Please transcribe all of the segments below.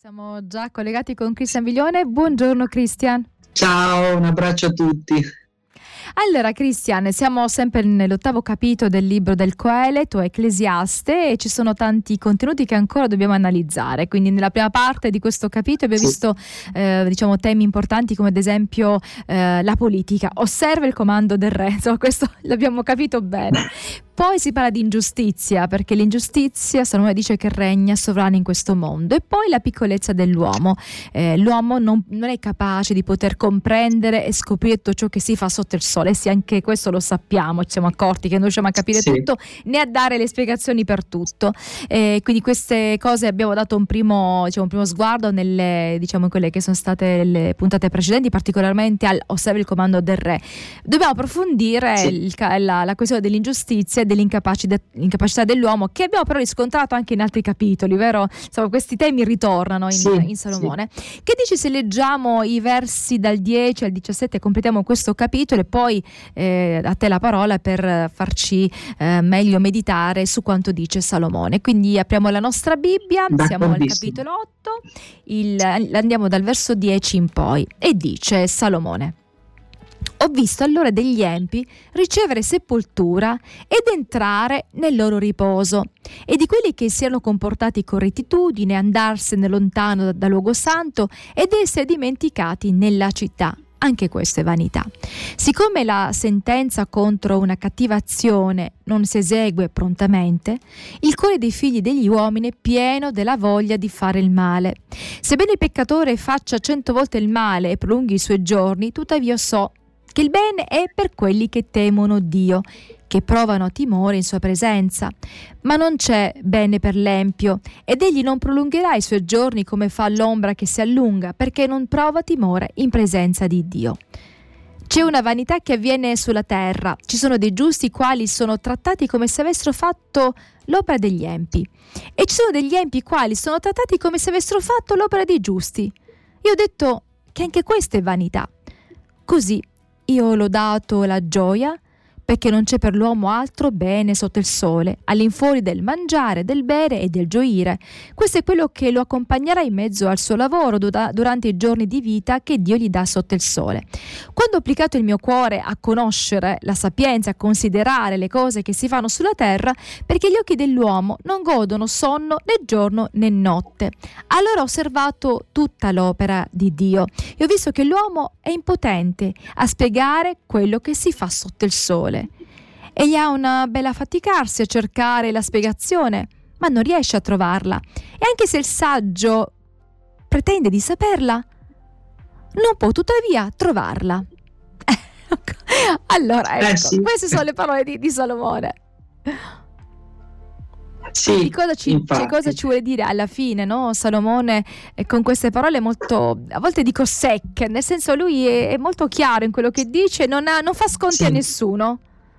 Siamo già collegati con Cristian Viglione. Buongiorno Cristian. Ciao, un abbraccio a tutti. Allora Cristian, siamo sempre nell'8° capitolo del libro del Coelet, Ecclesiaste, e ci sono tanti contenuti che ancora dobbiamo analizzare. Quindi nella prima parte di questo capitolo abbiamo visto temi importanti come ad esempio la politica. Osserva il comando del re, insomma, questo l'abbiamo capito bene. Poi si parla di ingiustizia, perché l'ingiustizia, Salomone dice, che regna sovrana in questo mondo. E poi la piccolezza dell'uomo. L'uomo non è capace di poter comprendere e scoprire tutto ciò che si fa sotto il sole. Sì, anche questo lo sappiamo, ci siamo accorti che non riusciamo a capire tutto, né a dare le spiegazioni per tutto. Quindi queste cose abbiamo dato un primo sguardo in quelle che sono state le puntate precedenti, particolarmente al Osserva il comando del re. Dobbiamo approfondire la questione dell'ingiustizia, dell'incapacità dell'uomo, che abbiamo però riscontrato anche in altri capitoli, vero? Insomma, questi temi ritornano in Salomone. Che dici se leggiamo i versi dal 10 al 17 e completiamo questo capitolo, e poi a te la parola per farci meglio meditare su quanto dice Salomone. Quindi apriamo la nostra Bibbia, siamo al capitolo 8, andiamo dal verso 10 in poi, e dice Salomone: ho visto allora degli empi ricevere sepoltura ed entrare nel loro riposo, e di quelli che si erano comportati con rettitudine andarsene lontano dal luogo santo ed essere dimenticati nella città. Anche questo è vanità. Siccome la sentenza contro una cattiva azione non si esegue prontamente, il cuore dei figli degli uomini è pieno della voglia di fare il male. Sebbene il peccatore faccia 100 volte il male e prolunghi i suoi giorni, tuttavia so che il bene è per quelli che temono Dio, che provano timore in sua presenza. Ma non c'è bene per l'empio, ed egli non prolungherà i suoi giorni come fa l'ombra che si allunga, perché non prova timore in presenza di Dio. C'è una vanità che avviene sulla terra. Ci sono dei giusti quali sono trattati come se avessero fatto l'opera degli empi, e ci sono degli empi quali sono trattati come se avessero fatto l'opera dei giusti. Io ho detto che anche questa è vanità. Così io ho lodato la gioia, perché non c'è per l'uomo altro bene sotto il sole, all'infuori del mangiare, del bere e del gioire. Questo è quello che lo accompagnerà in mezzo al suo lavoro durante i giorni di vita che Dio gli dà sotto il sole. Quando ho applicato il mio cuore a conoscere la sapienza, a considerare le cose che si fanno sulla terra, perché gli occhi dell'uomo non godono sonno né giorno né notte, allora ho osservato tutta l'opera di Dio e ho visto che l'uomo è impotente a spiegare quello che si fa sotto il sole. Egli ha una bella faticarsi a cercare la spiegazione, ma non riesce a trovarla. E anche se il saggio pretende di saperla, non può tuttavia trovarla. Allora, ecco, queste sono le parole di Salomone. Sì, cosa ci vuole dire alla fine, no? Salomone con queste parole molto, a volte dico secche, nel senso lui è molto chiaro in quello che dice, non fa sconti a nessuno.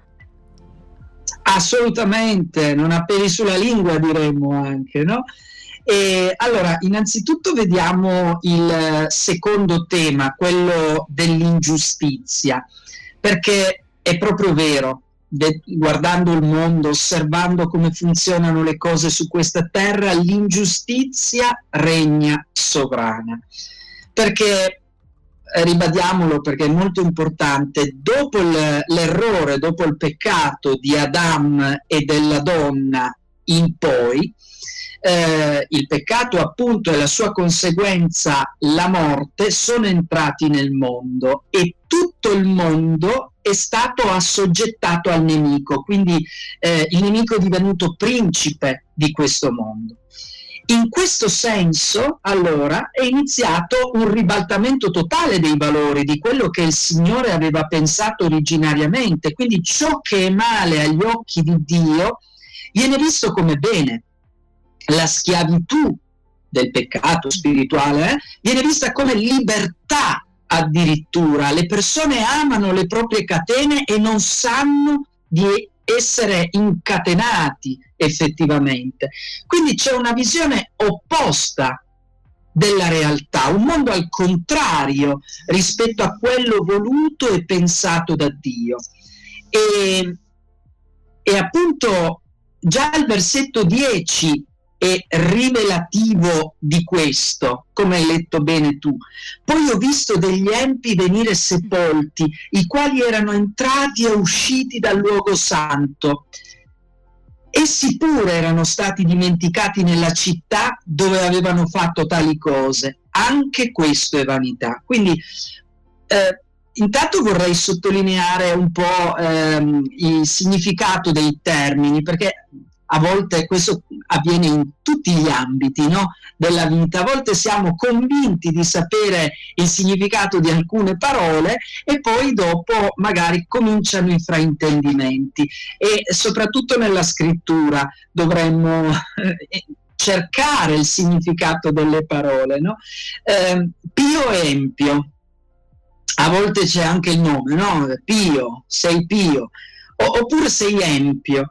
Assolutamente, non ha peli sulla lingua, diremmo anche, no? E allora, innanzitutto vediamo il secondo tema, quello dell'ingiustizia, perché è proprio vero. Guardando il mondo, osservando come funzionano le cose su questa terra, l'ingiustizia regna sovrana. Perché, ribadiamolo perché è molto importante, dopo l'errore, dopo il peccato di Adam e della donna in poi, il peccato appunto e la sua conseguenza, la morte, sono entrati nel mondo e tutto il mondo è stato assoggettato al nemico, quindi il nemico è divenuto principe di questo mondo. In questo senso, allora, è iniziato un ribaltamento totale dei valori di quello che il Signore aveva pensato originariamente, quindi ciò che è male agli occhi di Dio viene visto come bene. La schiavitù del peccato spirituale viene vista come libertà addirittura. Le persone amano le proprie catene e non sanno di essere incatenati effettivamente. Quindi c'è una visione opposta della realtà, un mondo al contrario rispetto a quello voluto e pensato da Dio. E appunto già il versetto 10 e rivelativo di questo, come hai letto bene tu. Poi ho visto degli empi venire sepolti, i quali erano entrati e usciti dal luogo santo. Essi pure erano stati dimenticati nella città dove avevano fatto tali cose. Anche questo è vanità. Quindi intanto vorrei sottolineare un po' il significato dei termini, perché a volte questo avviene in tutti gli ambiti, no, della vita. A volte siamo convinti di sapere il significato di alcune parole e poi dopo magari cominciano i fraintendimenti, e soprattutto nella scrittura dovremmo cercare il significato delle parole, no? Pio e empio, a volte c'è anche il nome, no? Pio, sei pio, oppure sei empio.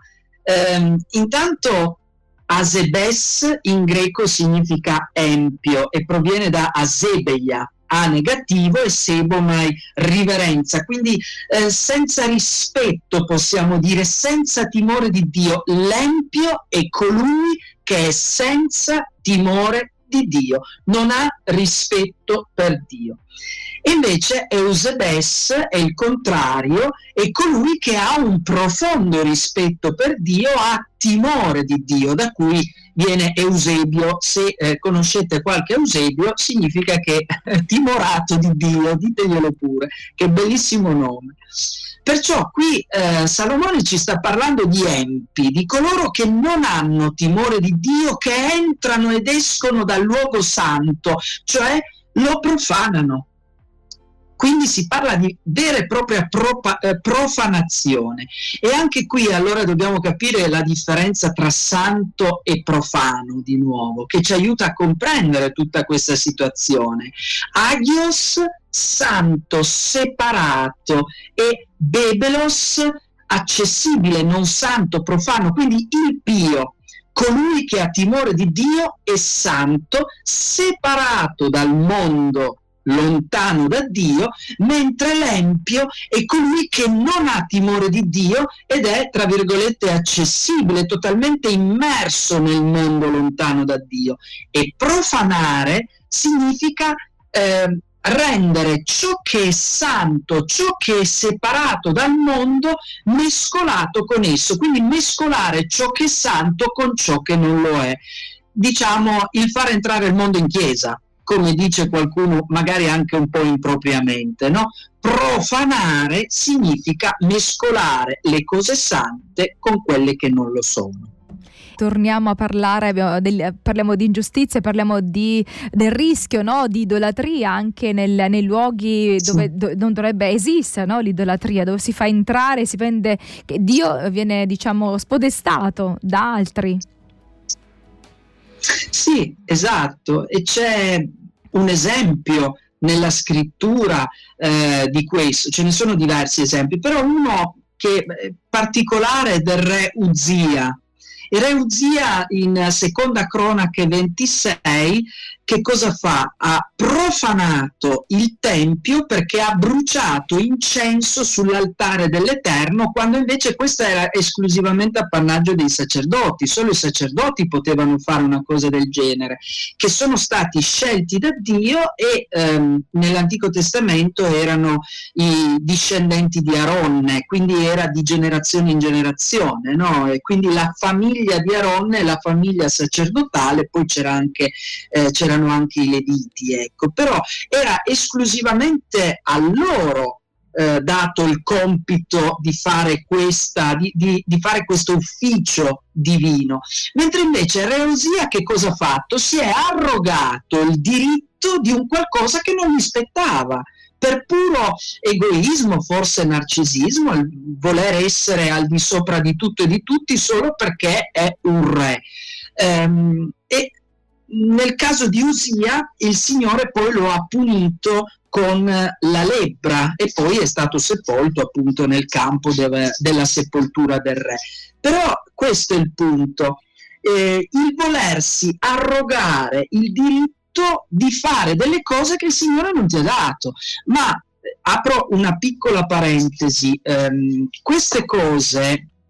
Intanto asebes in greco significa empio e proviene da asebeia, a negativo, e sebomai riverenza, quindi senza rispetto, possiamo dire, senza timore di Dio. L'empio è colui che è senza timore di Dio, non ha rispetto per Dio. E invece Eusebes è il contrario, è colui che ha un profondo rispetto per Dio, ha timore di Dio, da cui viene Eusebio. Se conoscete qualche Eusebio, significa che è timorato di Dio, diteglielo pure, che bellissimo nome. Perciò qui Salomone ci sta parlando di empi, di coloro che non hanno timore di Dio, che entrano ed escono dal luogo santo, cioè lo profanano. Quindi si parla di vera e propria profanazione. E anche qui allora dobbiamo capire la differenza tra santo e profano, di nuovo, che ci aiuta a comprendere tutta questa situazione. Agios, santo, separato, e bebelos, accessibile, non santo, profano. Quindi il pio, colui che ha timore di Dio, è santo, separato dal mondo, lontano da Dio, mentre l'empio è colui che non ha timore di Dio ed è, tra virgolette, accessibile, totalmente immerso nel mondo lontano da Dio. E profanare significa rendere ciò che è santo, ciò che è separato dal mondo, mescolato con esso, quindi mescolare ciò che è santo con ciò che non lo è. Diciamo il far entrare il mondo in chiesa, come dice qualcuno magari anche un po' impropriamente, no? Profanare significa mescolare le cose sante con quelle che non lo sono. Torniamo a parlare, parliamo di ingiustizie, parliamo del rischio, no? Di idolatria anche nei luoghi dove non dovrebbe esistere, no? L'idolatria, dove si fa entrare, si vende, che Dio viene, diciamo, spodestato da altri. Sì, esatto, e c'è un esempio nella scrittura di questo, ce ne sono diversi esempi, però uno che è particolare è del re Uzia. Il re Uzia in Seconda Cronache 26 che cosa fa? Ha profanato il tempio perché ha bruciato incenso sull'altare dell'Eterno, quando invece questo era esclusivamente appannaggio dei sacerdoti. Solo i sacerdoti potevano fare una cosa del genere, che sono stati scelti da Dio e nell'Antico Testamento erano i discendenti di Aronne, quindi era di generazione in generazione, no? E quindi la famiglia di Aronne è la famiglia sacerdotale, poi c'erano anche i Leviti, ecco, però era esclusivamente a loro dato il compito di fare di fare questo ufficio divino, mentre invece Re Usia che cosa ha fatto? Si è arrogato il diritto di un qualcosa che non gli spettava, per puro egoismo, forse narcisismo, il voler essere al di sopra di tutto e di tutti solo perché è un re. E nel caso di Usia il Signore poi lo ha punito con la lebbra e poi è stato sepolto appunto nel campo della sepoltura del re. Però questo è il punto, il volersi arrogare il diritto di fare delle cose che il Signore non ti ha dato. Ma apro una piccola parentesi, queste cose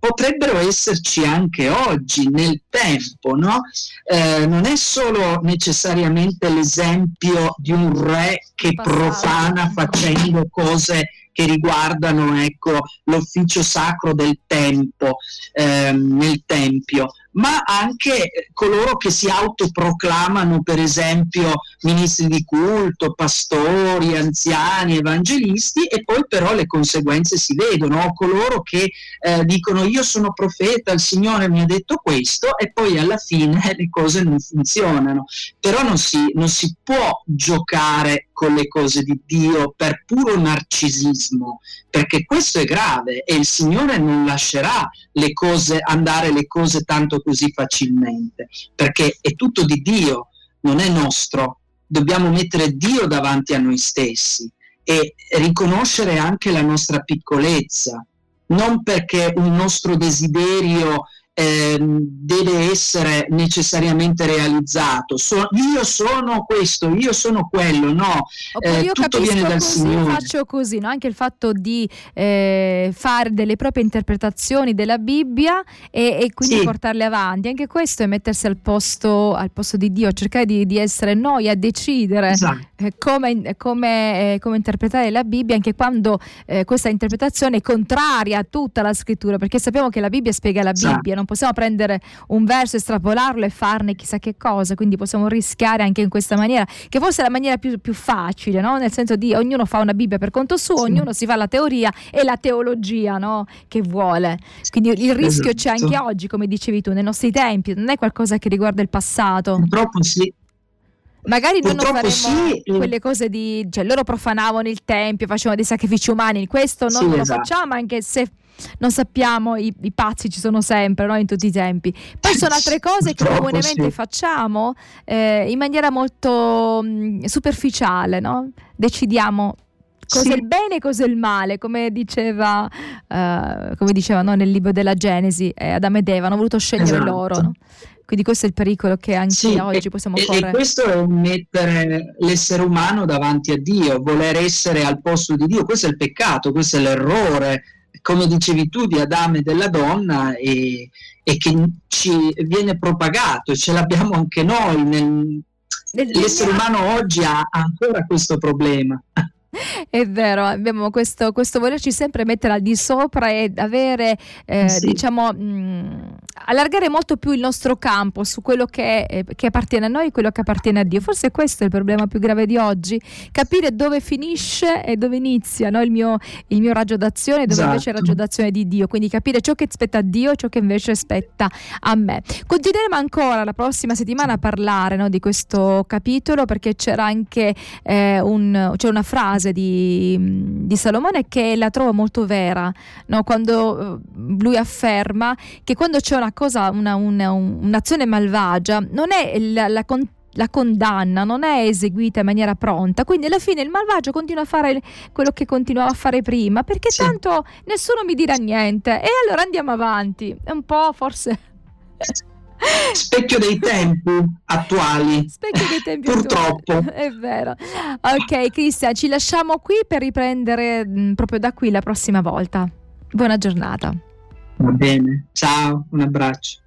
potrebbero esserci anche oggi nel tempo, no? Non è solo necessariamente l'esempio di un re che profana facendo cose che riguardano, ecco, l'ufficio sacro del tempo nel tempio, ma anche coloro che si autoproclamano, per esempio, ministri di culto, pastori, anziani, evangelisti, e poi però le conseguenze si vedono, o coloro che dicono io sono profeta, il Signore mi ha detto questo, e poi alla fine le cose non funzionano. Però non si può giocare con le cose di Dio per puro narcisismo, perché questo è grave e il Signore non lascerà andare le cose tanto così facilmente, perché è tutto di Dio, non è nostro. Dobbiamo mettere Dio davanti a noi stessi e riconoscere anche la nostra piccolezza, non perché un nostro desiderio deve essere necessariamente realizzato. Io sono questo, io sono quello, no, io tutto viene dal così, Signore. faccio così, no? Anche il fatto di fare delle proprie interpretazioni della Bibbia e quindi portarle avanti, anche questo è mettersi al posto di Dio, cercare di essere noi a decidere come interpretare la Bibbia, anche quando questa interpretazione è contraria a tutta la scrittura, perché sappiamo che la Bibbia spiega la Bibbia, non possiamo prendere un verso, estrapolarlo e farne chissà che cosa, quindi possiamo rischiare anche in questa maniera, che forse è la maniera più facile, no? Nel senso di ognuno fa una Bibbia per conto suo, ognuno si fa la teoria e la teologia, no? Che vuole. Quindi il rischio c'è anche oggi, come dicevi tu, nei nostri tempi, non è qualcosa che riguarda il passato. Purtroppo sì. Magari noi non faremo quelle cose cioè loro profanavano il tempio, facevano dei sacrifici umani, questo noi non lo facciamo, anche se non sappiamo, i pazzi ci sono sempre, no? In tutti i tempi. Poi sono altre cose che comunemente facciamo in maniera molto superficiale, no? Decidiamo cos'è il bene e cos'è il male, come diceva no? Nel libro della Genesi, Adamo ed Eva hanno voluto scegliere loro, no? Quindi questo è il pericolo che anche oggi possiamo correre. E questo è mettere l'essere umano davanti a Dio, voler essere al posto di Dio. Questo è il peccato, questo è l'errore, come dicevi tu, di Adamo e della donna, e che ci viene propagato, e ce l'abbiamo anche noi. L'essere umano oggi ha ancora questo problema. È vero, abbiamo questo volerci sempre mettere al di sopra e avere, diciamo, allargare molto più il nostro campo su quello che appartiene a noi e quello che appartiene a Dio. Forse questo è il problema più grave di oggi, capire dove finisce e dove inizia, no? il mio raggio d'azione e dove invece è il raggio d'azione di Dio, quindi capire ciò che spetta a Dio e ciò che invece spetta a me. Continueremo ancora la prossima settimana a parlare, no, di questo capitolo, perché c'era anche c'è una frase di Salomone che la trovo molto vera, no? Quando lui afferma che quando c'è una cosa, un'azione malvagia, non è la condanna non è eseguita in maniera pronta, quindi alla fine il malvagio continua a fare quello che continuava a fare prima, perché tanto nessuno mi dirà niente e allora andiamo avanti. È un po' forse specchio dei tempi attuali, purtroppo attuali. È vero. Ok Cristian, ci lasciamo qui per riprendere proprio da qui la prossima volta. Buona giornata. Va bene, ciao, un abbraccio.